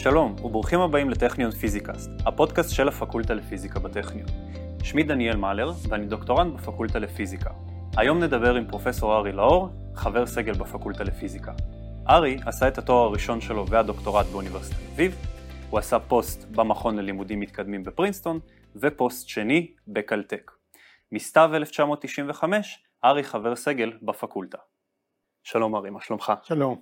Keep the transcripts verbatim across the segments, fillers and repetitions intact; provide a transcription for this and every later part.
שלום וברוכים הבאים לטכניון פיזיקאסט, הפודקאסט של הפקולטה לפיזיקה בטכניון. שמי דניאל מאלר ואני דוקטורנט בפקולטה לפיזיקה. היום נדבר עם פרופסור ארי לאור, חבר סגל בפקולטה לפיזיקה. ארי עשה את התואר הראשון שלו והדוקטורט באוניברסיטת תל אביב, הוא עשה פוסט במכון ללימודים מתקדמים בפרינסטון ופוסט שני בקלטק. מסתיו אלף תשע מאות תשעים וחמש, ארי חבר סגל בפקולטה. שלום ארי, מה שלומך? שלום.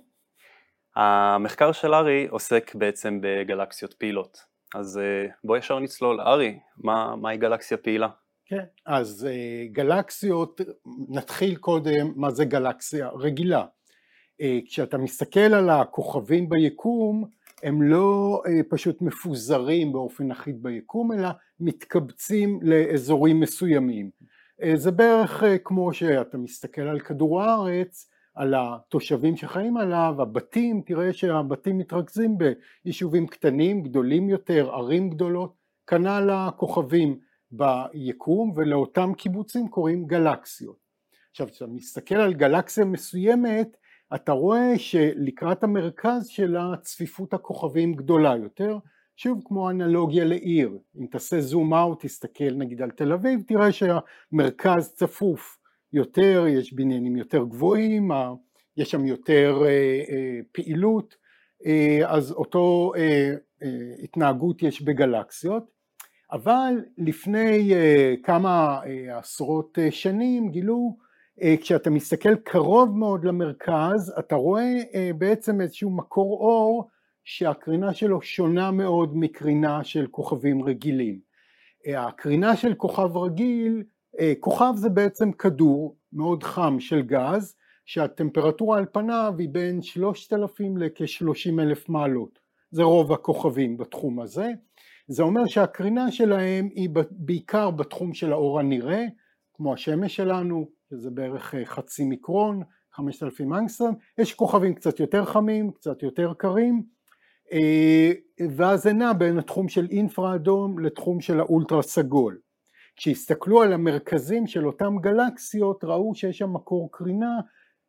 המחקר של ארי עוסק בעצם בגלקסיות פעילות, אז בוא ישר נצלול. ארי, מה, מהי גלקסיה פעילה? כן, אז גלקסיות, נתחיל קודם מה זה גלקסיה רגילה. כשאתה מסתכל על הכוכבים ביקום, הם לא פשוט מפוזרים באופן אחיד ביקום, אלא מתקבצים לאזורים מסוימים. זה בערך כמו שאתה מסתכל על כדור הארץ, על התושבים שחיים עליו, הבתים, תראה שהבתים מתרכזים ביישובים קטנים, גדולים יותר, ערים גדולות, כנ"ל הכוכבים ביקום, ולאותם קיבוצים קוראים גלקסיות. עכשיו, כשאתה מסתכל על גלקסיה מסוימת, אתה רואה שלקראת המרכז שלה צפיפות הכוכבים גדולה יותר, שוב כמו אנלוגיה לעיר, אם תעשה זום אאוט, תסתכל נגיד על תל אביב, תראה שהמרכז צפוף יותר, יש בניינים יותר גבוהים, יש שם יותר פעילות, אז אותו התנהגות יש בגלקסיות. אבל לפני כמה עשרות שנים גילו, כשאתה מסתכל קרוב מאוד למרכז, אתה רואה בעצם איזשהו מקור אור שהקרינה שלו שונה מאוד מקרינה של כוכבים רגילים. הקרינה של כוכב רגיל, כוכב זה בעצם כדור מאוד חם של גז, שהטמפרטורה על פניו היא בין שלושת אלפים לכ-שלושים אלף מעלות. זה רוב הכוכבים בתחום הזה. זה אומר שהקרינה שלהם היא בעיקר בתחום של האור הנראה, כמו השמש שלנו, שזה בערך חצי מיקרון, חמשת אלפים אנגסטרם. יש כוכבים קצת יותר חמים, קצת יותר קרים, ואז זה נע בין התחום של אינפרה אדום לתחום של האולטרה סגול. כשהסתכלו על המרכזים של אותם גלקסיות, ראו שיש שם מקור קרינה,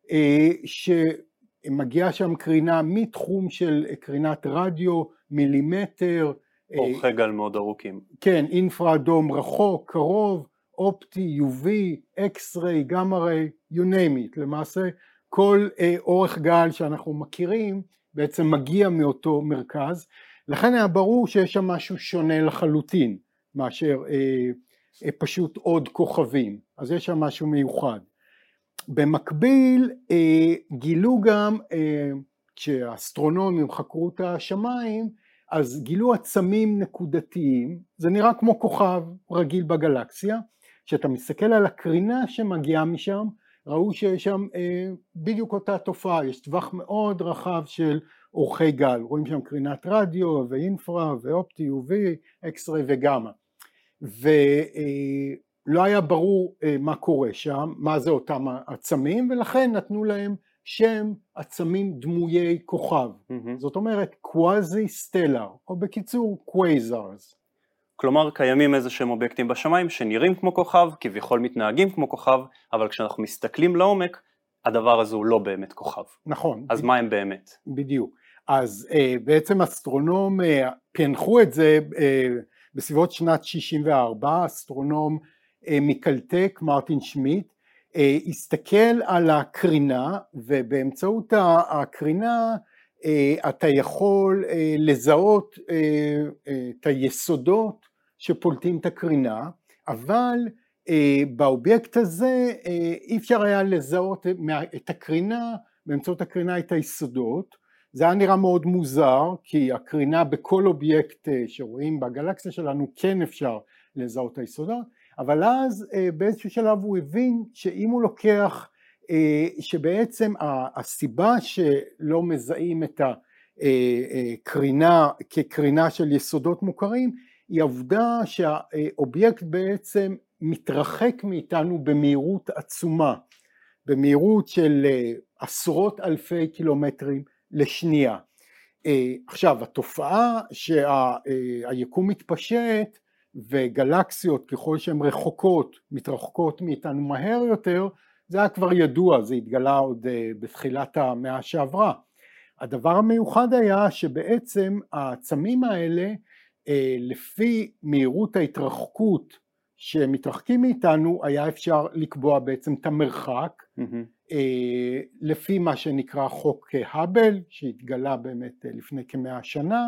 שמגיעה שם קרינה מתחום של קרינת רדיו, מילימטר, אורכי גל מאוד ארוכים. כן, אינפרה אדום רחוק, קרוב, אופטי, יו וי, אקס-ריי, גאמה-ריי, you name it. למעשה כל אורך גל שאנחנו מכירים בעצם מגיע מאותו מרכז, לכן היה ברור שיש שם משהו שונה לחלוטין מאשר פשוט עוד כוכבים, אז יש שם משהו מיוחד. במקביל גילו גם, כשהאסטרונומים חקרו את השמיים, אז גילו עצמים נקודתיים, זה נראה כמו כוכב רגיל בגלקסיה, כשאתה מסתכל על הקרינה שמגיעה משם, ראו שיש שם בדיוק אותה תופעה, יש טווח מאוד רחב של אורכי גל, רואים שם קרינת רדיו ואינפרה ואופטי, יו וי, אקס-ריי וגאמה. ולא היה ברור מה קורה שם, מה זה אותם עצמים, ולכן נתנו להם שם עצמים דמויי כוכב. Mm-hmm. זאת אומרת קוואזי סטלר, או בקיצור קווייזרס. כלומר קיימים איזה שהם אובייקטים בשמיים שנראים כמו כוכב, כביכול מתנהגים כמו כוכב, אבל כשאנחנו מסתכלים לעומק, הדבר הזה הוא לא באמת כוכב. נכון. אז מה הם באמת? בדיוק. אז בעצם אסטרונום פענחו את זה בסביבות שנת שישים וארבע, אסטרונום מקלטק, מרטין שמיט, הסתכל על הקרינה, ובאמצעות הקרינה אתה יכול לזהות את היסודות שפולטים את הקרינה, אבל באובייקט הזה אי אפשר היה לזהות את הקרינה, באמצעות הקרינה את היסודות. זה היה נראה מאוד מוזר, כי הקרינה בכל אובייקט שרואים בגלקסיה שלנו כן אפשר לזהות את היסודות, אבל אז באיזשהו שלב הוא הבין שאם הוא לוקח, שבעצם הסיבה שלא מזהים את הקרינה כקרינה של יסודות מוכרים, היא העובדה שהאובייקט בעצם מתרחק מאיתנו במהירות עצומה, במהירות של עשרות אלפי קילומטרים לשנייה. עכשיו, התופעה שהיקום מתפשט וגלקסיות ככל שהן רחוקות, מתרחקות מאיתנו מהר יותר, זה היה כבר ידוע, זה התגלה עוד בתחילת המאה שעברה. הדבר המיוחד היה שבעצם העצמים האלה, לפי מהירות ההתרחקות שהם מתרחקים מאיתנו, היה אפשר לקבוע בעצם את המרחק, mm-hmm. לפי מה שנקרא חוק האבל, שהתגלה באמת לפני כמאה שנה,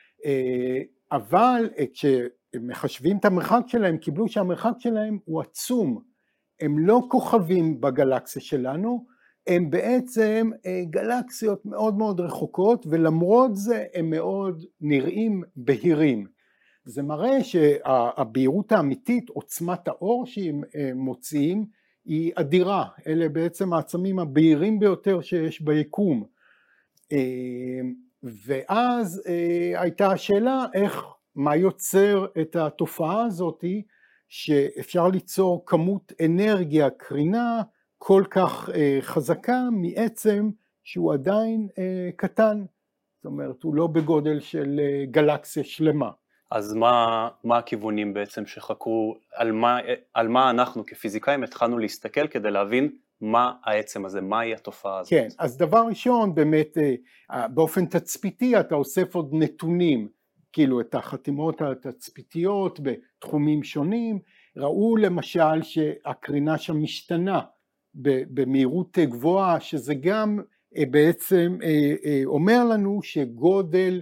אבל כשמחשבים את המרחק שלהם, קיבלו שהמרחק שלהם הוא עצום, הם לא כוכבים בגלקסיה שלנו, הם בעצם גלקסיות מאוד מאוד רחוקות, ולמרות זה הם מאוד נראים בהירים. זה מראה שהבהירות האמיתית, עוצמת האור שהם מוציאים, היא אדירה. אלה בעצם העצמים הבהירים ביותר שיש ביקום. ואז הייתה השאלה איך, מה יוצר את התופעה הזאת, שאפשר ליצור כמות אנרגיה, קרינה, כל כך חזקה מעצם שהוא עדיין קטן. זאת אומרת, הוא לא בגודל של גלקסיה שלמה. אז מה, מה הכיוונים בעצם שחקרו, על מה, על מה אנחנו כפיזיקאים התחלנו להסתכל כדי להבין מה העצם הזה, מהי התופעה הזאת? כן, אז דבר ראשון, באמת, באופן תצפיתי אתה אוסף עוד נתונים, כאילו את החתימות התצפיתיות בתחומים שונים, ראו למשל שהקרינה שם משתנה במהירות גבוהה, שזה גם בעצם אומר לנו שגודל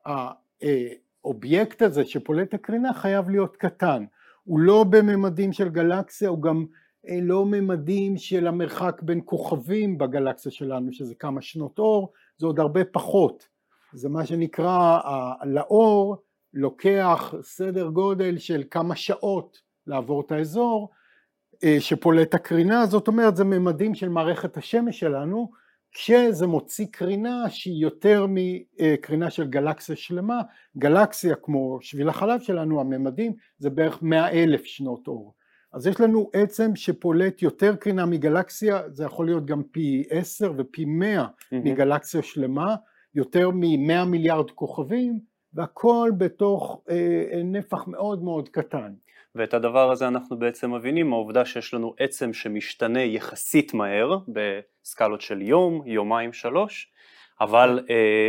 האובייקט הזה שפולט הקרינה חייב להיות קטן, הוא לא בממדים של גלקסיה, הוא גם לא ממדים של המרחק בין כוכבים בגלקסיה שלנו, שזה כמה שנות אור, זה עוד הרבה פחות, זה מה שנקרא, לאור לוקח סדר גודל של כמה שעות לעבור את האזור שפולט הקרינה, זאת אומרת זה ממדים של מערכת השמש שלנו, כשזה מוציא קרינה שהיא יותר מקרינה של גלקסיה שלמה, גלקסיה כמו שביל החלב שלנו, הממדים זה בערך מאה אלף שנות אור, אז יש לנו עצם שפולט יותר קרינה מגלקסיה, זה יכול להיות גם פי עשר ופי מאה mm-hmm. מגלקסיה שלמה, יותר מ-מאה מיליארד כוכבים, והכל בתוך אה, נפח מאוד מאוד קטן. ואת הדבר הזה אנחנו בעצם מבינים, העובדה שיש לנו עצם שמשתנה יחסית מהר, בסקלות של יום, יומיים, שלוש, אבל אה,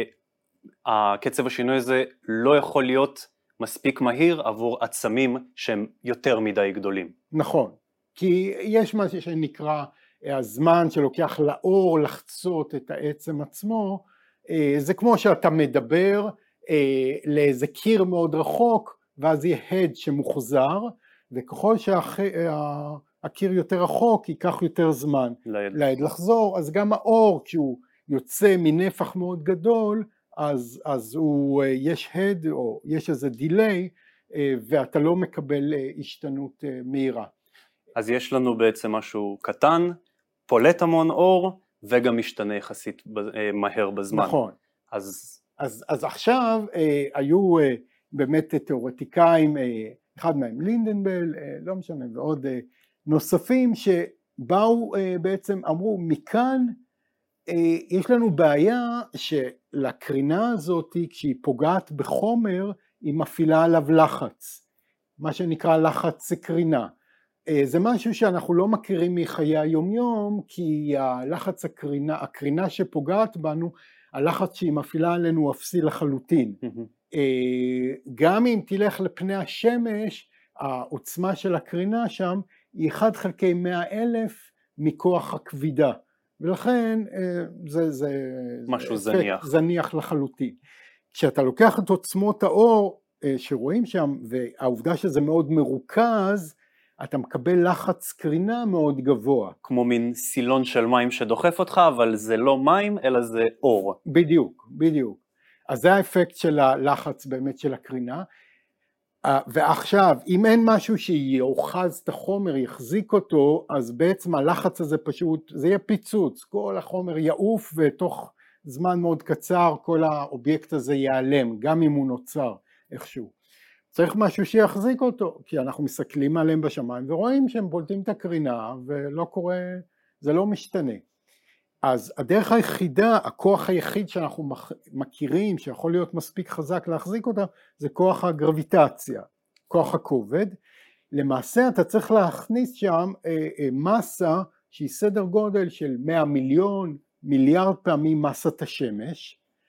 הקצב השינוי הזה לא יכול להיות מספיק מהיר עבור עצמים שהם יותר מדי גדולים. נכון, כי יש מה שנקרא הזמן שלוקח לאור לחצות את העצם עצמו, זה כמו שאתה מדבר לאיזה קיר מאוד רחוק, ואז יהיה הד שמוחזר, וככל שהקיר יותר רחוק, ייקח יותר זמן להד לחזור, אז גם האור כשהוא יוצא מנפח מאוד גדול, אז, אז הוא, יש הד או יש איזה דיליי, ואתה לא מקבל השתנות מהירה. אז יש לנו בעצם משהו קטן, פולט המון אור, וגם משתנה יחסית מהר בזמן. נכון. אז, אז, אז עכשיו היו באמת תיאורטיקאים, אחד מהם לינדנבל, לא משנה, ועוד נוספים שבאו בעצם אמרו מכאן, יש לנו בעיה שלקרינה הזאת כשהיא פוגעת בחומר היא מפעילה עליו לחץ, מה שנקרא לחץ קרינה. זה משהו שאנחנו לא מכירים מחיי היומיום, כי הלחץ הקרינה, הקרינה שפוגעת בנו, הלחץ שהיא מפעילה עלינו הוא אפסי לחלוטין. Mm-hmm. גם אם תלך לפני השמש, העוצמה של הקרינה שם היא אחד חלקי מאה אלף מכוח הכבידה. ולכן זה, זה משהו זה זניח. זניח לחלוטין. כשאתה לוקח את עוצמות האור שרואים שם, והעובדה שזה מאוד מרוכז, אתה מקבל לחץ קרינה מאוד גבוה. כמו מין סילון של מים שדוחף אותך, אבל זה לא מים, אלא זה אור. בדיוק, בדיוק. אז זה האפקט של הלחץ באמת של הקרינה. ועכשיו, אם אין משהו שיאוחז את החומר, יחזיק אותו, אז בעצם הלחץ הזה פשוט, זה יהיה פיצוץ, כל החומר יעוף, ותוך זמן מאוד קצר כל האובייקט הזה ייעלם, גם אם הוא נוצר איכשהו. צריך משהו שיחזיק אותו, כי אנחנו מסתכלים עליהם בשמיים, ורואים שהם פולטים את הקרינה, ולא קורה, זה לא משתנה. אז הדרך היחידה, הכוח היחיד שאנחנו מכירים, שיכול להיות מספיק חזק להחזיק אותה, זה כוח הגרביטציה, כוח הכובד. למעשה אתה צריך להכניס שם אה, אה, מסה שהיא סדר גודל של מאה מיליון, מיליארד פעמים מסת השמש,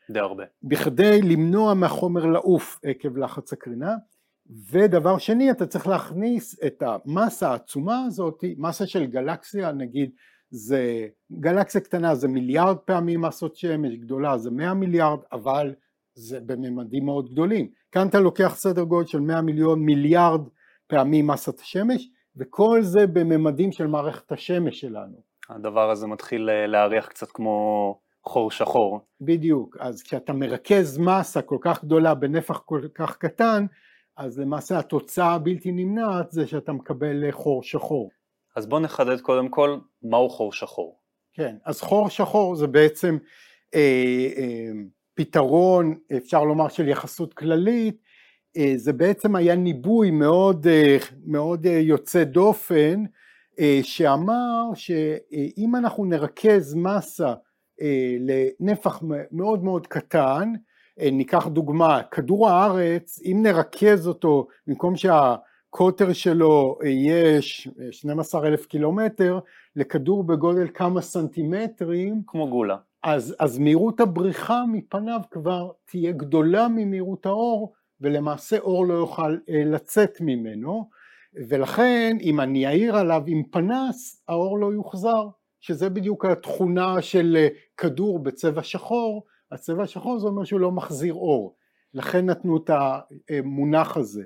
די הרבה. בכדי למנוע מהחומר לעוף עקב לחץ הקרינה. ודבר שני, אתה צריך להכניס את המסה העצומה הזאת, מסה של גלקסיה, נגיד, זה גלקסיה קטנה זה מיליארד פעמים מסות שמש, גדולה זה מאה מיליארד, אבל זה בממדים מאוד גדולים. כאן אתה לוקח סדר גודל של מאה מיליון מיליארד פעמים מסת השמש, וכל זה בממדים של מערכת השמש שלנו. הדבר הזה מתחיל להריח קצת כמו חור שחור. בדיוק, אז כשאתה מרכז מסה כל כך גדולה בנפח כל כך קטן, אז למעשה התוצאה הבלתי נמנעת זה שאתה מקבל חור שחור. אז בוא נחדד קודם כל מהו חור שחור. כן, אז חור שחור זה בעצם אה, אה, פתרון, אפשר לומר של יחסות כללית, אה, זה בעצם היה ניבוי מאוד, אה, מאוד אה, יוצא דופן, אה, שאמר שאם אנחנו נרכז מסה אה, לנפח מאוד מאוד קטן, אה, ניקח דוגמה, כדור הארץ, אם נרכז אותו במקום שה... קוטר שלו יש שנים עשר אלף קילומטר, לכדור בגודל כמה סנטימטרים, כמו גולה. אז, אז מהירות הבריחה מפניו כבר תהיה גדולה ממהירות האור, ולמעשה אור לא יוכל לצאת ממנו, ולכן אם אני אעיר עליו עם פנס, האור לא יוחזר, שזה בדיוק התכונה של כדור בצבע שחור, הצבע השחור זה אומר שהוא לא מחזיר אור, לכן נתנו את המונח הזה.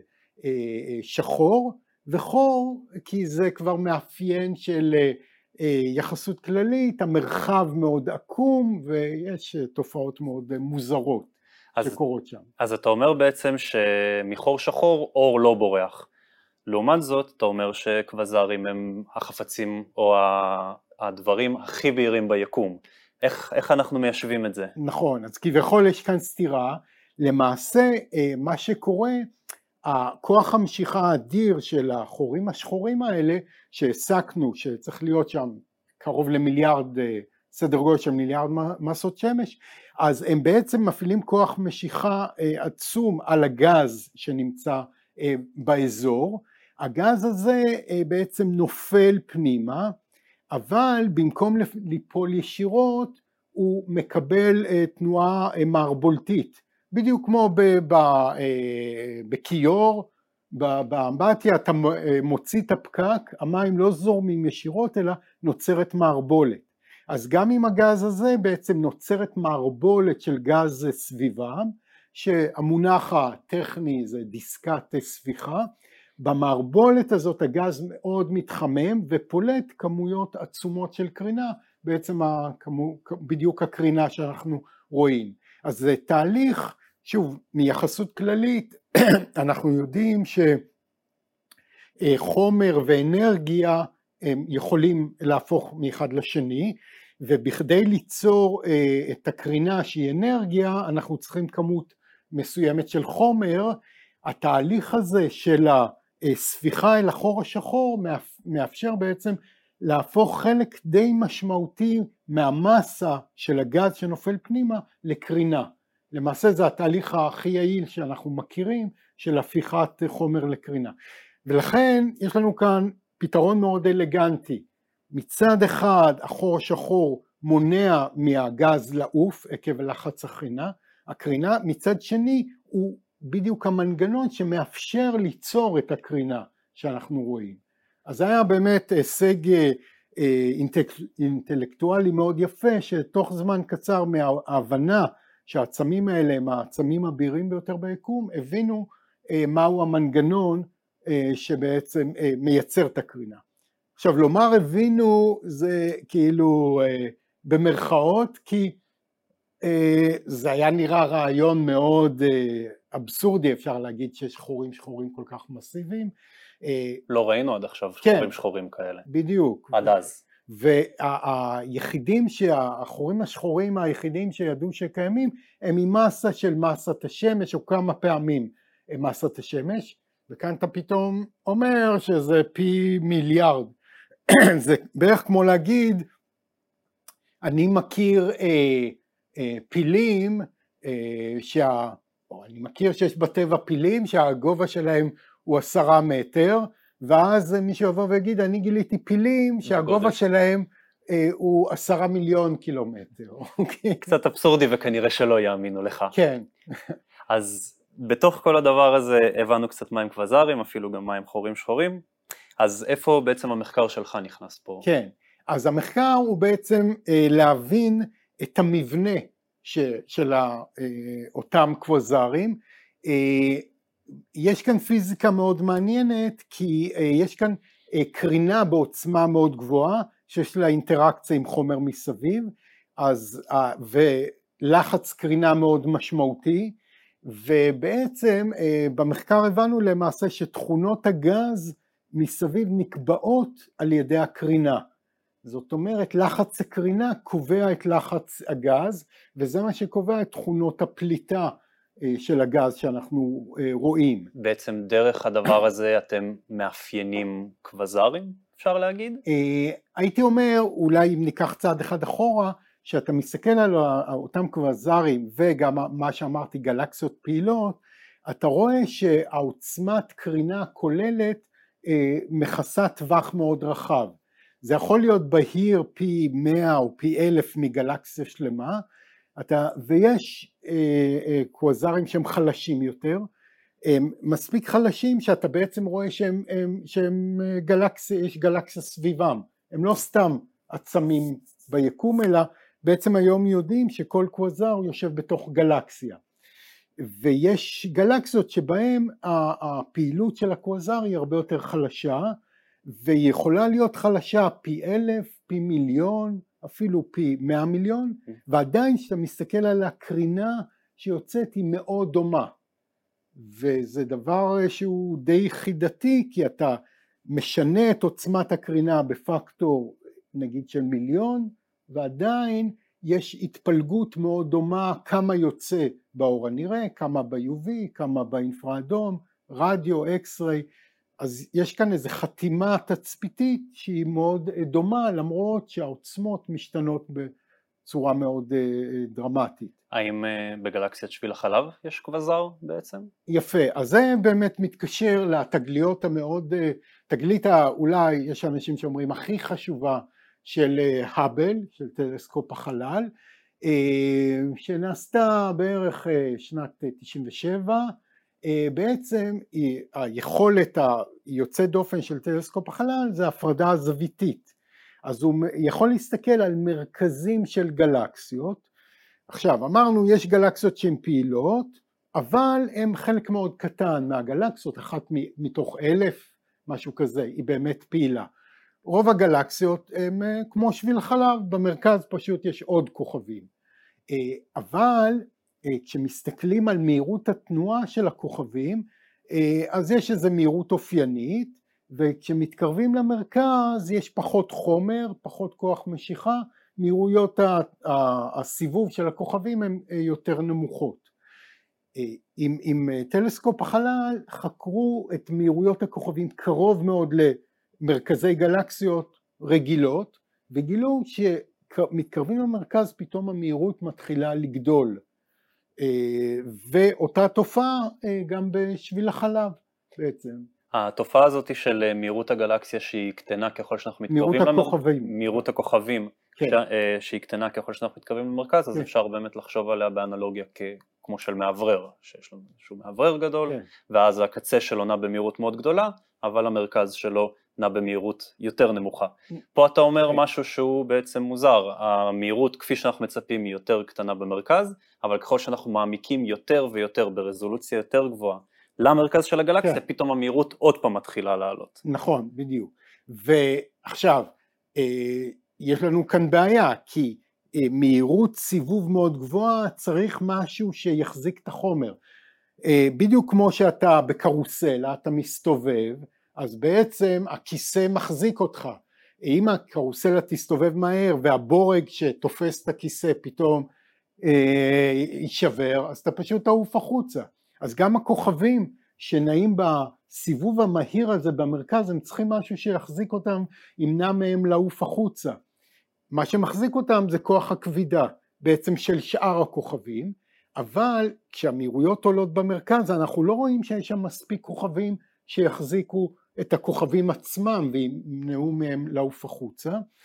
שחור וחור כי זה כבר מאפיין של יחסות כללית, המרחב מאוד עקום ויש תופעות מאוד מוזרות אז, שקורות שם. אז אתה אומר בעצם שמחור שחור אור לא בורח, לעומת זאת אתה אומר שקווזרים הם החפצים או הדברים הכי בהירים ביקום, איך, איך אנחנו מיישבים את זה? נכון, אז כביכול יש כאן סתירה, למעשה מה שקורה הכוח המשיכה האדיר של החורים השחורים האלה שהעסקנו שצריך להיות שם קרוב למיליארד, סדר גודל של מיליארד מסות שמש, אז הם בעצם מפעילים כוח משיכה עצום על הגז שנמצא באזור, הגז הזה בעצם נופל פנימה, אבל במקום ליפול ישירות הוא מקבל תנועה מערבולתית, בדיוק כמו בכיור, באמבטיה אתה מוציא את הפקק, המים לא זורמים ישירות אלא נוצרת מערבולת. אז גם עם הגז הזה בעצם נוצרת מערבולת של גז סביבם, שהמונח הטכני זה דיסקת ספיחה, במערבולת הזאת הגז מאוד מתחמם ופולט כמויות עצומות של קרינה, בעצם הכמו, בדיוק הקרינה שאנחנו רואים. אז זה תהליך, שוב, מיחסות כללית, אנחנו יודעים שחומר ואנרגיה הם יכולים להפוך מאחד לשני, ובכדי ליצור את הקרינה שהיא אנרגיה, אנחנו צריכים כמות מסוימת של חומר, התהליך הזה של הספיחה אל החור השחור מאפשר בעצם להפוך חלק די משמעותי מהמסה של הגז שנופל פנימה לקרינה. למעשה זה התהליך הכי יעיל שאנחנו מכירים של הפיכת חומר לקרינה. ולכן יש לנו כאן פתרון מאוד אלגנטי. מצד אחד החור השחור מונע מהגז לעוף עקב לחץ הקרינה, הקרינה, מצד שני הוא בדיוק המנגנון שמאפשר ליצור את הקרינה שאנחנו רואים. אז זה היה באמת הישג אינטלקטואלי מאוד יפה, שתוך זמן קצר מההבנה שהעצמים האלה הם העצמים הבהירים ביותר ביקום, הבינו מהו המנגנון שבעצם מייצר את הקרינה. עכשיו לומר הבינו זה כאילו במרכאות, כי זה היה נראה רעיון מאוד אבסורדי, אפשר להגיד שיש חורים שחורים כל כך מסיביים. לא ראינו עד עכשיו כן, חורים שחורים כאלה. בדיוק. עד אז. והיחידים, החורים השחורים היחידים שידעו שקיימים, הם ממסה של מסת השמש, או כמה פעמים מסת השמש, וכאן אתה פתאום אומר שזה פי מיליארד. זה בערך כמו להגיד, אני מכיר אה, אה, פילים, אה, שה, או אני מכיר שיש בטבע פילים שהגובה שלהם הוא עשרה מטר, ואז מישהו יבוא ויגיד, אני גיליתי פילים שהגובה שלהם הוא עשרה מיליון קילומטר. קצת אבסורדי וכנראה שלא יאמינו לך. כן. אז בתוך כל הדבר הזה הבנו קצת מים קווזרים, אפילו גם מים חורים שחורים, אז איפה בעצם המחקר שלך נכנס פה? כן, אז המחקר הוא בעצם אה, להבין את המבנה ש, של אה, אותם קווזרים. אה, יש כאן פיזיקה מאוד מעניינת, כי אה, יש כאן אה, קרינה בעוצמה מאוד גבוהה, שיש לה אינטראקציה עם חומר מסביב, אז, אה, ולחץ קרינה מאוד משמעותי, ובעצם אה, במחקר הבנו למעשה שתכונות הגז מסביב נקבעות על ידי הקרינה. זאת אומרת, לחץ הקרינה קובע את לחץ הגז, וזה מה שקובע את תכונות הפליטה אה, של הגז שאנחנו אה, רואים. בעצם דרך הדבר הזה אתם מאפיינים קווזרים, אפשר להגיד? אה, הייתי אומר, אולי אם ניקח צעד אחד אחורה, שאתה מסתכל על אותם קווזרים וגם מה שאמרתי גלקסיות פעילות, אתה רואה שהעוצמת קרינה כוללת אה, מכסה טווח מאוד רחב. זה יכול להיות בהיר פי מאה או פי אלף מגלקסיה שלמה, אתה, ויש אה, אה, קווזרים שהם חלשים יותר, הם מספיק חלשים שאתה בעצם רואה שהם, הם, שהם גלקסיה, יש גלקסיה סביבם, הם לא סתם עצמים ביקום, אלא בעצם היום יודעים שכל קווזר יושב בתוך גלקסיה, ויש גלקסיות שבהם הפעילות של הקווזר היא הרבה יותר חלשה, והיא יכולה להיות חלשה פי אלף, פי מיליון, אפילו פי מאה מיליון, ועדיין כשאתה מסתכל על הקרינה שיוצאת היא מאוד דומה, וזה דבר שהוא די חידתי, כי אתה משנה את עוצמת הקרינה בפקטור נגיד של מיליון, ועדיין יש התפלגות מאוד דומה כמה יוצא באור הנראה, כמה ב-יו וי, כמה באינפרה-אדום, רדיו, אקס-ריי, אז יש כאן איזו חתימה תצפיתית שהיא מאוד דומה, למרות שהעוצמות משתנות בצורה מאוד דרמטית. האם בגלקסיית שביל החלב יש קווזר בעצם? יפה, אז זה באמת מתקשר לתגליות המאוד, תגלית אולי יש אנשים שאומרים הכי חשובה של האבל, של טלסקופ החלל, שנעשתה בערך שנת תשעים ושבע, בעצם היכולת היוצאת דופן של טלסקופ החלל זה הפרדה זוויתית, אז הוא יכול להסתכל על מרכזים של גלקסיות. עכשיו אמרנו יש גלקסיות שהן פעילות, אבל הן חלק מאוד קטן מהגלקסיות, אחת מתוך אלף, משהו כזה, היא באמת פעילה. רוב הגלקסיות הם כמו שביל החלב, במרכז פשוט יש עוד כוכבים, אבל כשמסתכלים על מהירות התנועה של הכוכבים, אז יש איזו מהירות אופיינית, וכשמתקרבים למרכז יש פחות חומר, פחות כוח משיכה, מהירויות הסיבוב של הכוכבים הן יותר נמוכות. עם, עם טלסקופ החלל חקרו את מהירויות הכוכבים קרוב מאוד למרכזי גלקסיות רגילות, וגילו שמתקרבים למרכז פתאום המהירות מתחילה לגדול, ואותה תופעה גם בשביל החלב בעצם. התופעה הזאת של מהירות הגלקסיה שהיא קטנה ככל שאנחנו מתקרבים מהירות הכוכבים. מהירות הכוכבים, כן. ש... שהיא קטנה ככל שאנחנו מתקרבים למרכז, אז כן. אפשר באמת לחשוב עליה באנלוגיה כ... כמו של מעברר, שיש לנו איזשהו מעברר גדול, כן. ואז הקצה שלו נע במהירות מאוד גדולה, אבל המרכז שלו נע במהירות יותר נמוכה. פה אתה אומר כן. משהו שהוא בעצם מוזר, המהירות כפי שאנחנו מצפים היא יותר קטנה במרכז, אבל ככל שאנחנו מעמיקים יותר ויותר ברזולוציה יותר גבוהה, למרכז של הגלקסיה, כן. פתאום המהירות עוד פעם מתחילה לעלות. נכון, בדיוק. ועכשיו, יש לנו כאן בעיה, כי מהירות סיבוב מאוד גבוהה, צריך משהו שיחזיק את החומר. בדיוק כמו שאתה בקרוסלה, אתה מסתובב, אז בעצם הכיסא מחזיק אותך. אם הקרוסלה תסתובב מהר, והבורג שתופס את הכיסא פתאום יישבר, אז אתה פשוט תעוף החוצה. אז גם הכוכבים שנעים בסיבוב המהיר הזה במרכז, הם צריכים משהו שיחזיק אותם, ימנע מהם לעוף החוצה. מה שמחזיק אותם זה כוח הכבידה, בעצם של שאר הכוכבים, אבל כשהמהירויות עולות במרכז, אנחנו לא רואים שיש שם מספיק כוכבים שיחזיקו את הכוכבים עצמם, וימנעו מהם לעוף החוצה.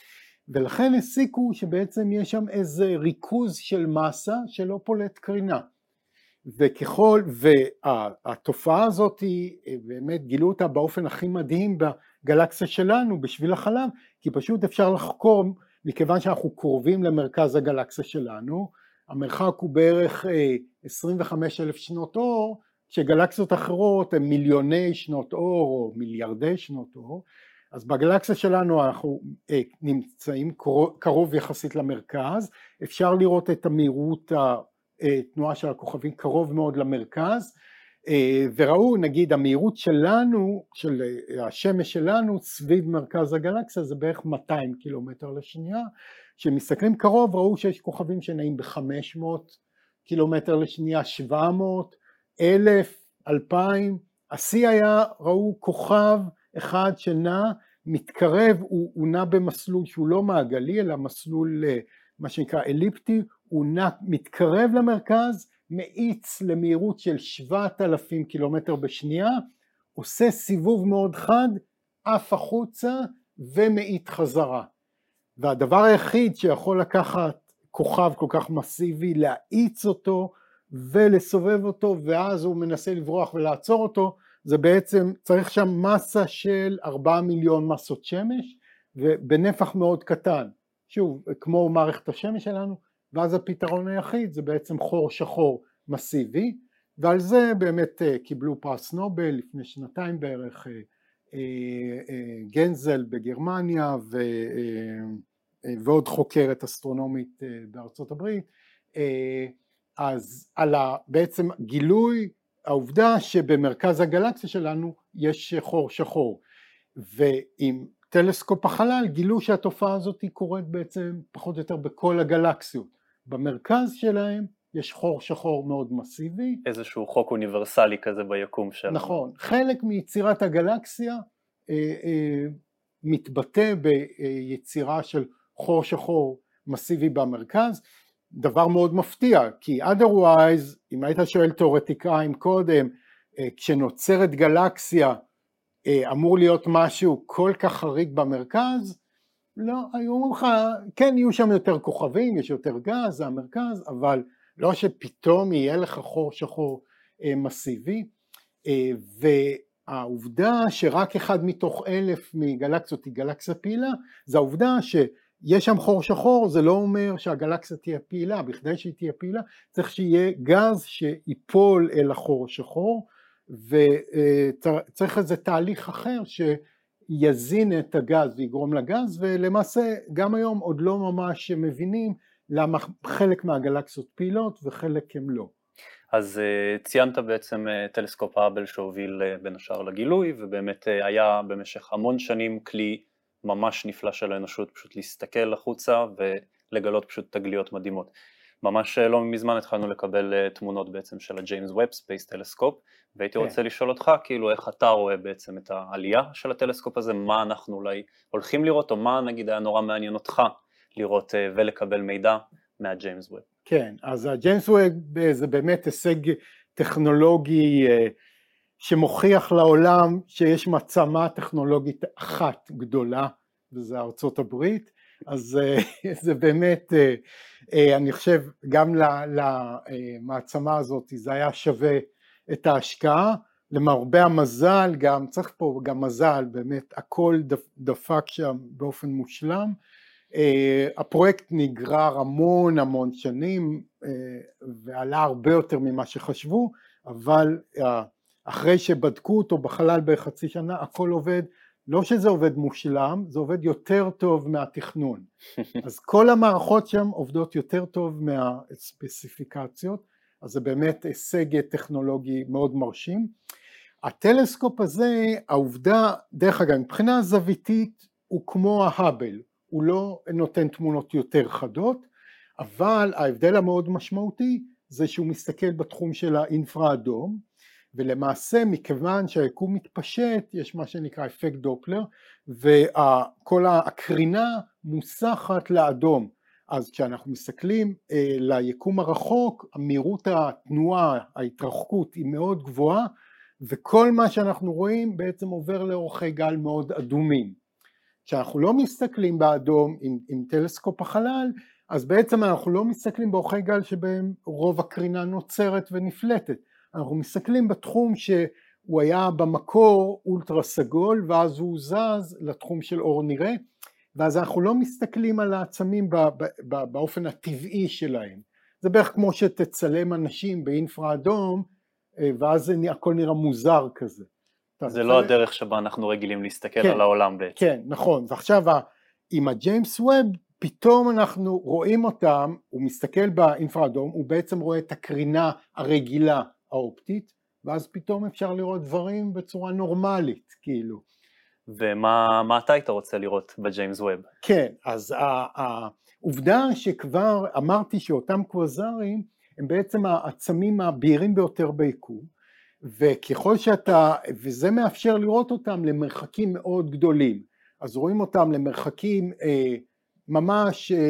ולכן הסיקו שבעצם יש שם איזה ריכוז של מסה שלא פולט קרינה, וככל, והתופעה הזאת היא באמת גילו אותה באופן הכי מדהים בגלקסיה שלנו בשביל החלב, כי פשוט אפשר לחקור, מכיוון שאנחנו קרובים למרכז הגלקסיה שלנו, המרחק הוא בערך עשרים וחמישה אלף שנות אור, כשגלקסיות אחרות הן מיליוני שנות אור או מיליארדי שנות אור, אז בגלקסיה שלנו אנחנו נמצאים קרוב יחסית למרכז, אפשר לראות את המהירות התנועה של הכוכבים קרוב מאוד למרכז, וראו נגיד המהירות שלנו, של השמש שלנו סביב מרכז הגלקסיה זה בערך מאתיים קילומטר לשנייה, כשמסתכלים קרוב ראו שיש כוכבים שנעים ב-חמש מאות קילומטר לשנייה, שבע מאות, אלף, אלפיים, השיא היה ראו כוכב אחד שנע, מתקרב, הוא, הוא נע במסלול שהוא לא מעגלי אלא מסלול מה שנקרא אליפטי, הוא נע, מתקרב למרכז, מאיץ למהירות של שבעת אלפים קילומטר בשנייה, עושה סיבוב מאוד חד, עף החוצה ומאיץ חזרה. והדבר היחיד שיכול לקחת כוכב כל כך מסיבי, להאיץ אותו ולסובב אותו, ואז הוא מנסה לברוח ולעצור אותו, זה בעצם צריך שם מסה של ארבעה מיליון מסות שמש, ובנפח מאוד קטן, שוב כמו מערכת השמש שלנו, ואז הפתרון היחיד זה בעצם חור שחור מסיבי, ועל זה באמת קיבלו פרס נובל לפני שנתיים בערך, גנזל בגרמניה ועוד חוקרת אסטרונומית בארצות הברית, אז על בעצם גילוי העובדה שבמרכז הגלקסיה שלנו יש חור שחור, ועם טלסקופ החלל גילו שהתופעה הזאת היא קורית בעצם פחות או יותר בכל הגלקסיות, במרכז שלהם יש חור שחור מאוד מסיבי. איזשהו חוק אוניברסלי כזה ביקום שלנו. נכון, חלק מיצירת הגלקסיה אה, אה, מתבטא ביצירה של חור שחור מסיבי במרכז, דבר מאוד מפתיע, כי otherwise, אם היית שואל תיאורטיקאים קודם, אה, כשנוצרת גלקסיה, אה, אמור להיות משהו כל כך חריג במרכז, לא, היו אומרים לך, כן יהיו שם יותר כוכבים, יש יותר גז, זה המרכז, אבל לא שפתאום יהיה לך חור שחור אה, מסיבי, אה, והעובדה שרק אחד מתוך אלף מגלקסיות היא גלקסיה פעילה, זה העובדה שיש שם חור שחור, זה לא אומר שהגלקסיה תהיה פעילה, בכדי שהיא תהיה פעילה צריך שיהיה גז שיפול אל החור השחור, וצריך איזה תהליך אחר שיזין את הגז ויגרום לגז, ולמעשה גם היום עוד לא ממש מבינים למה חלק מהגלקסיות פעילות וחלק הם לא. אז ציינת בעצם טלסקופ האבל שהוביל בין השאר לגילוי, ובאמת היה במשך המון שנים כלי ממש נפלא של האנושות, פשוט להסתכל החוצה ולגלות פשוט תגליות מדהימות. ממש לא מזמן התחלנו לקבל תמונות בעצם של הג'יימס ווב ספייס טלסקופ, והייתי רוצה לשאול אותך כאילו איך אתה רואה בעצם את העלייה של הטלסקופ הזה, מה אנחנו אולי הולכים לראות, או מה נגיד היה נורא מעניין אותך לראות ולקבל מידע מהג'יימס ווב. כן, אז הג'יימס ווב זה באמת הישג טכנולוגי שמוכיח לעולם שיש מעצמה טכנולוגית אחת גדולה, וזה ארצות הברית, אז זה באמת, אני חושב גם למעצמה הזאת זה היה שווה את ההשקעה, למרבה המזל, גם צריך פה גם מזל, באמת הכל דפק שם באופן מושלם, הפרויקט נגרר המון המון שנים ועלה הרבה יותר ממה שחשבו, אבל אחרי שבדקו אותו בחלל בחצי שנה הכל עובד, לא שזה עובד מושלם, זה עובד יותר טוב מהתכנון, אז כל המערכות שם עובדות יותר טוב מהספציפיקציות, אז זה באמת הישג טכנולוגי מאוד מרשים. הטלסקופ הזה, העובדה, דרך אגב, מבחינה זוויתית הוא כמו ההאבל, הוא לא נותן תמונות יותר חדות, אבל ההבדל המאוד משמעותי זה שהוא מסתכל בתחום של האינפרה אדום, ולמעשה מכיוון שהיקום מתפשט יש מה שנקרא אפקט דופלר, וכל הקרינה מוסחת לאדום, אז כשאנחנו מסתכלים אה, ליקום הרחוק, המהירות התנועה, ההתרחקות היא מאוד גבוהה, וכל מה שאנחנו רואים בעצם עובר לאורכי גל מאוד אדומים, כשאנחנו לא מסתכלים באדום עם, עם טלסקופ החלל, אז בעצם אנחנו לא מסתכלים באורכי גל שבהם רוב הקרינה נוצרת ונפלטת, אנחנו מסתכלים בתחום שהוא היה במקור אולטרה סגול, ואז הוא זז לתחום של אור נראה, ואז אנחנו לא מסתכלים על העצמים באופן הטבעי שלהם. זה בערך כמו שתצלם אנשים באינפרה אדום, ואז הכל נראה מוזר כזה. זה לא הדרך שבה אנחנו רגילים להסתכל על העולם בעצם. כן, נכון. ועכשיו עם הג'יימס ווב, פתאום אנחנו רואים אותם, הוא מסתכל באינפרה אדום, הוא בעצם רואה את הקרינה הרגילה האופטית, ואז פתאום אפשר לראות דברים בצורה נורמלית, כאילו. ומה מה אתה היית רוצה לראות בג'יימס ווב? כן, אז העובדה שכבר אמרתי שאותם קווזרים הם בעצם העצמים הבהירים ביותר ביקום, וככל שאתה, וזה מאפשר לראות אותם למרחקים מאוד גדולים, אז רואים אותם למרחקים אה, ממש אה,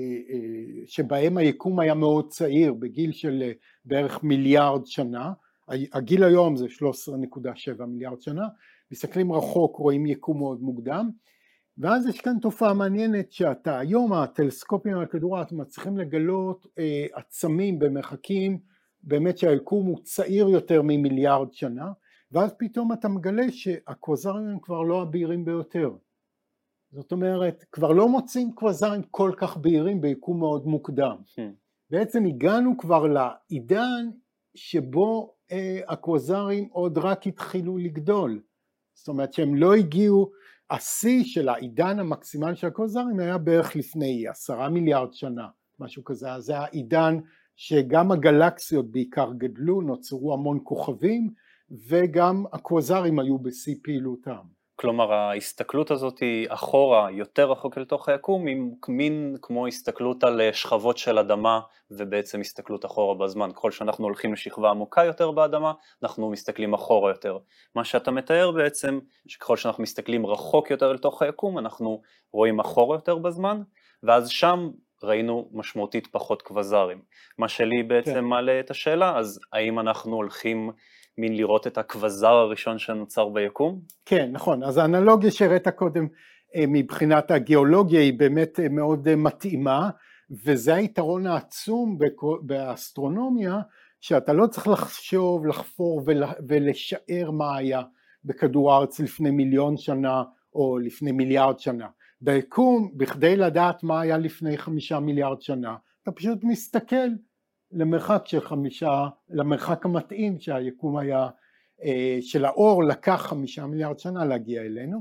אה, שבהם היקום היה מאוד צעיר, בגיל של אה, בערך מיליארד שנה, הגיל היום זה שלוש עשרה נקודה שבע מיליארד שנה, מסתכלים רחוק רואים יקום מאוד מוקדם, ואז יש כאן תופעה מעניינת שאתה היום הטלסקופים על כדור הארץ מצליחים לגלות אה, עצמים במרחקים באמת שהיקום הוא צעיר יותר ממיליארד שנה, ואז פתאום אתה מגלה שהקווזרים הם כבר לא הבהירים ביותר. זאת אומרת, כבר לא מוצאים קווזרים כל כך בהירים ביקום מאוד מוקדם. Hmm. בעצם הגענו כבר לעידן שבו אה, הקווזרים עוד רק התחילו לגדול. זאת אומרת שהם לא הגיעו, השיא של העידן המקסימלי של הקווזרים היה בערך לפני עשרה מיליארד שנה, משהו כזה. אז זה העידן שגם הגלקסיות בעיקר גדלו, נוצרו המון כוכבים, וגם הקווזרים היו בשיא פעילותם. כלומר ההסתכלות הזאת היא אחורה יותר רחוק לתוך היקום, עם מין כמו הסתכלות על שכבות של אדמה ובעצם הסתכלות אחורה בזמן. ככל שאנחנו הולכים לשכבה עמוקה יותר באדמה, אנחנו מסתכלים אחורה יותר. מה שאתה מתאר בעצם, שככל שאנחנו מסתכלים רחוק יותר לתוך היקום, אנחנו רואים אחורה יותר בזמן, ואז שם ראינו משמעותית פחות קווזרים. מה שלי בעצם כן. מעלה את השאלה, אז האם אנחנו הולכים מין לראות את הקווזר הראשון שנוצר ביקום? כן, נכון. אז האנלוגיה שהראית קודם מבחינת הגיאולוגיה היא באמת מאוד מתאימה, וזה היתרון העצום באסטרונומיה, שאתה לא צריך לחשוב, לחפור ולשער מה היה בכדור הארץ לפני מיליון שנה או לפני מיליארד שנה. ביקום, בכדי לדעת מה היה לפני חמישה מיליארד שנה, אתה פשוט מסתכל למרחק של חמישה, למרחק המתאים שהיקום היה, של האור לקח חמישה מיליארד שנה להגיע אלינו,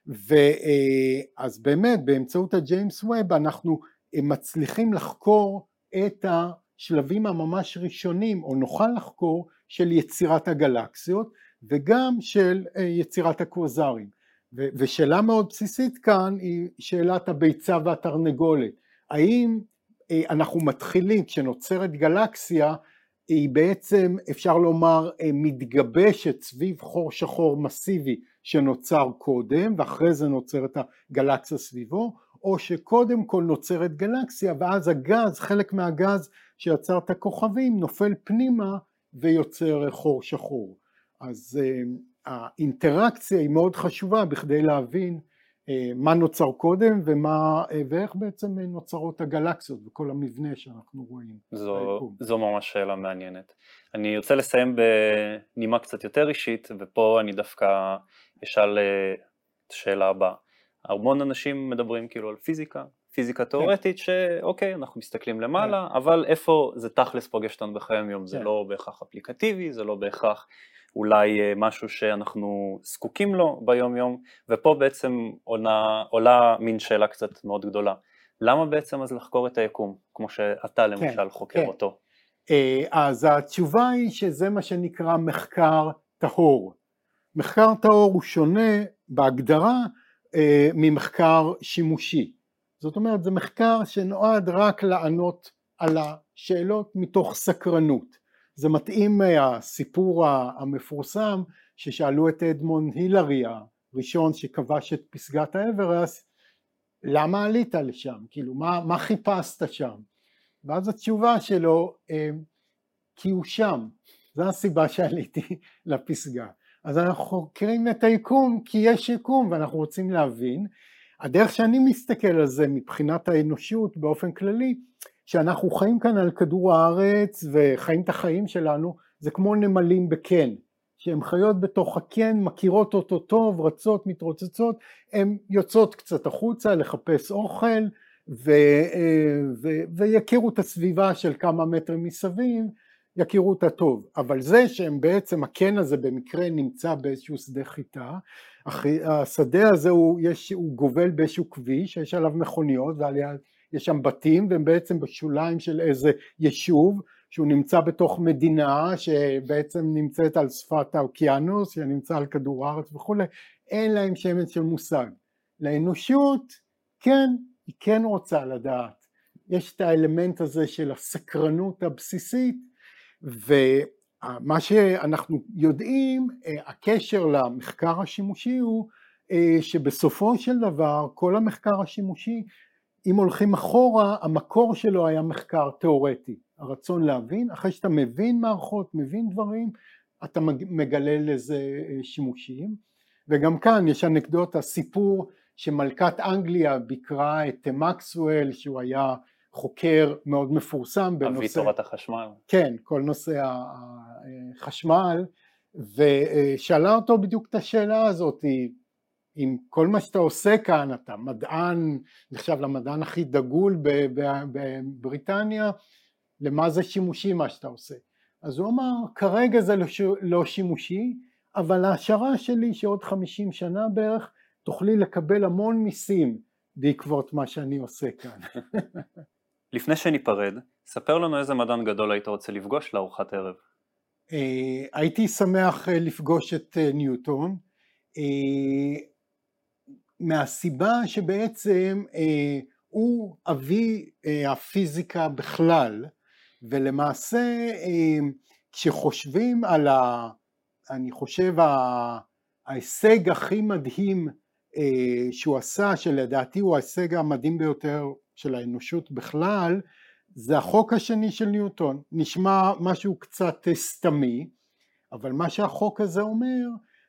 ואז באמת באמצעות הג'יימס ווב אנחנו מצליחים לחקור את השלבים הממש ראשונים, או נוכל לחקור, של יצירת הגלקסיות, וגם של יצירת הקווזרים. ושאלה מאוד בסיסית כאן היא שאלת הביצה והתרנגולת. האם אנחנו מתחילים, כשנוצרת גלקסיה, היא בעצם אפשר לומר מתגבשת סביב חור שחור מסיבי שנוצר קודם, ואחרי זה נוצרת הגלקסיה סביבו, או שקודם כל נוצרת גלקסיה, ואז הגז, חלק מהגז שיצר את הכוכבים, נופל פנימה ויוצר חור שחור. אז האינטראקציה היא מאוד חשובה בכדי להבין מה נוצר קודם ומה, ואיך בעצם נוצרות הגלקסיות וכל המבנה שאנחנו רואים. זו, זו ממש שאלה מעניינת. אני רוצה לסיים בנימה קצת יותר אישית, ופה אני דווקא אשאל את השאלה הבאה. המון אנשים מדברים כאילו על פיזיקה, פיזיקה תיאורטית, שאוקיי, אנחנו מסתכלים למעלה, אבל איפה זה תכלס פוגש אותנו בחיי היום? זה לא בהכרח אפליקטיבי, זה לא בהכרח אולי משהו שאנחנו זקוקים לו ביום יום, ופה בעצם עולה, עולה מין שאלה קצת מאוד גדולה. למה בעצם אז לחקור את היקום, כמו שאתה למשל חוקר אותו? אז התשובה היא שזה מה שנקרא מחקר טהור. מחקר טהור הוא שונה בהגדרה ממחקר שימושי. זאת אומרת, זה מחקר שנועד רק לענות על השאלות מתוך סקרנות. זה מתאים מהסיפור המפורסם ששאלו את אדמונד הילרי הראשון שכבש את פסגת האברסט, למה עלית לשם? כאילו, מה, מה חיפשת שם? ואז התשובה שלו, כי הוא שם. זו הסיבה שעליתי לפסגה. אז אנחנו חוקרים את היקום כי יש יקום ואנחנו רוצים להבין. הדרך שאני מסתכל על זה מבחינת האנושות באופן כללי, שאנחנו חיים כאן על כדור הארץ וחיים את החיים שלנו, זה כמו נמלים בקן, שהן חיות בתוך הקן, מכירות אותו טוב, רצות, מתרוצצות, הן יוצאות קצת החוצה לחפש אוכל, ו, ו, ויכירו את הסביבה של כמה מטרים מסביב, יכירו אותה טוב. אבל זה שהם בעצם, הקן הזה במקרה נמצא באיזשהו שדה חיטה, השדה הזה הוא, יש, הוא גובל באיזשהו כביש, יש עליו מכוניות, ויש שם בתים, והם בעצם בשוליים של איזה יישוב, שהוא נמצא בתוך מדינה שבעצם נמצאת על שפת האוקיינוס, שנמצא על כדור הארץ וכו', אין להם שמץ של מושג. לאנושות, כן, היא כן רוצה לדעת. יש את האלמנט הזה של הסקרנות הבסיסית, ומה שאנחנו יודעים, הקשר למחקר השימושי הוא, שבסופו של דבר, כל המחקר השימושי, אם הולכים אחורה, המקור שלו היה מחקר תיאורטי. הרצון להבין, אחרי שאתה מבין מערכות, מבין דברים, אתה מגלה לזה שימושים. וגם כאן יש אנקדוטה, סיפור שמלכת אנגליה ביקרה את מקסוול, שהוא היה חוקר מאוד מפורסם בנושא... אבי תורת החשמל. כן, כל נושא החשמל, ושאלה אותו בדיוק את השאלה הזאת, עם כל מה שאתה עושה כאן, אתה מדען, נחשב למדען הכי דגול בבריטניה, למה זה שימושי מה שאתה עושה? אז הוא אמר, כרגע זה לא שימושי, אבל ההשערה שלי שעוד חמישים שנה בערך, תוכלי לקבל המון מיסים בעקבות מה שאני עושה כאן. לפני שניפרד, ספר לנו איזה מדען גדול היית רוצה לפגוש לארוחת ערב. הייתי שמח לפגוש את ניוטון, מהסיבה שבעצם הוא אבי הפיזיקה בכלל, ולמעשה כשחושבים על ה... אני חושב ההישג הכי מדהים שהוא עשה, שלדעתי הוא ההישג המדהים ביותר של האנושות בכלל, זה החוק השני של ניוטון. נשמע משהו קצת סתמי, אבל מה שהחוק הזה אומר,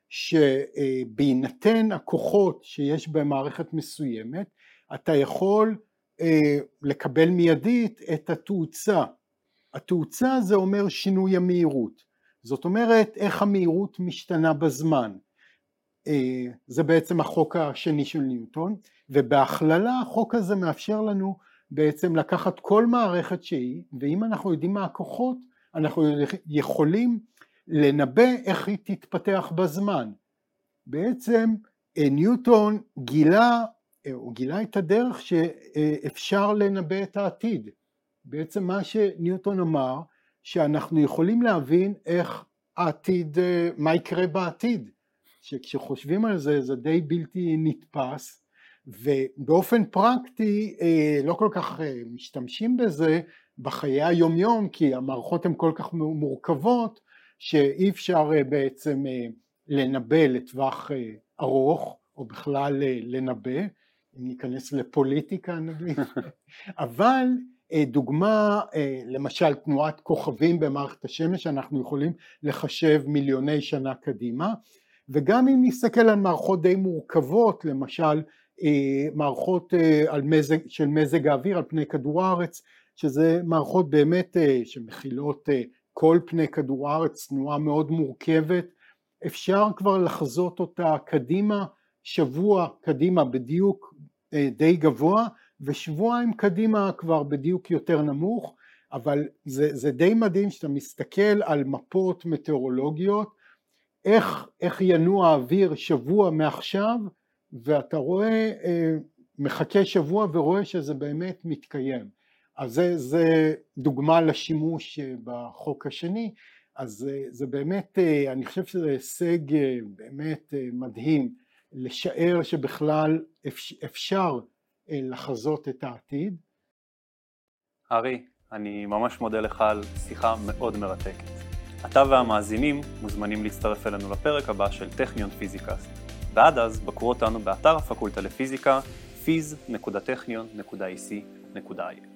שבהינתן הכוחות שיש במערכת מסוימת, אתה יכול לקבל מיידית את התאוצה. התאוצה זה אומר שינוי המהירות. זאת אומרת, איך המהירות משתנה בזמן. זה בעצם החוק השני של ניוטון, ובהכללה החוק הזה מאפשר לנו בעצם לקחת כל מערכת שהיא, ואם אנחנו יודעים מה הכוחות, אנחנו יכולים לנבא איך היא תתפתח בזמן. בעצם ניוטון גילה, הוא גילה את הדרך שאפשר לנבא את העתיד. בעצם מה שניוטון אמר, שאנחנו יכולים להבין איך העתיד, מה יקרה בעתיד. שכשחושבים על זה, זה די בלתי נתפס, ובאופן פרקטי לא כל כך משתמשים בזה בחיי היום יום, כי המערכות הן כל כך מורכבות, שאי אפשר בעצם לנבא לטווח ארוך, או בכלל לנבא, אם ניכנס לפוליטיקה נגיד, אבל דוגמה, למשל תנועת כוכבים במערכת השמש, אנחנו יכולים לחשב מיליוני שנה קדימה, וגם אם נסתכל על מערכות די מורכבות, למשל מערכות על מזג, של מזג האוויר על פני כדור הארץ, שזה מערכות באמת שמכילות כל פני כדור הארץ, תנועה מאוד מורכבת, אפשר כבר לחזות אותה קדימה, שבוע קדימה בדיוק די גבוה, ושבועיים קדימה כבר בדיוק יותר נמוך, אבל זה, זה די מדהים שאתה מסתכל על מפות מטאורולוגיות, איך, איך ינוע האוויר שבוע מעכשיו, ואתה רואה, מחכה שבוע ורואה שזה באמת מתקיים. אז זה, זה דוגמה לשימוש בחוק השני, אז זה, זה באמת, אני חושב שזה הישג באמת מדהים, לשער שבכלל אפשר לחזות את העתיד. ארי, אני ממש מודה לך על שיחה מאוד מרתקת. אתה והמאזינים מוזמנים להצטרף אלינו לפרק הבא של טכניון פיזיקאסט. ועד אז בקרו אותנו באתר הפקולטה לפיזיקה פיז נקודה טכניון נקודה איי סי נקודה איי אל.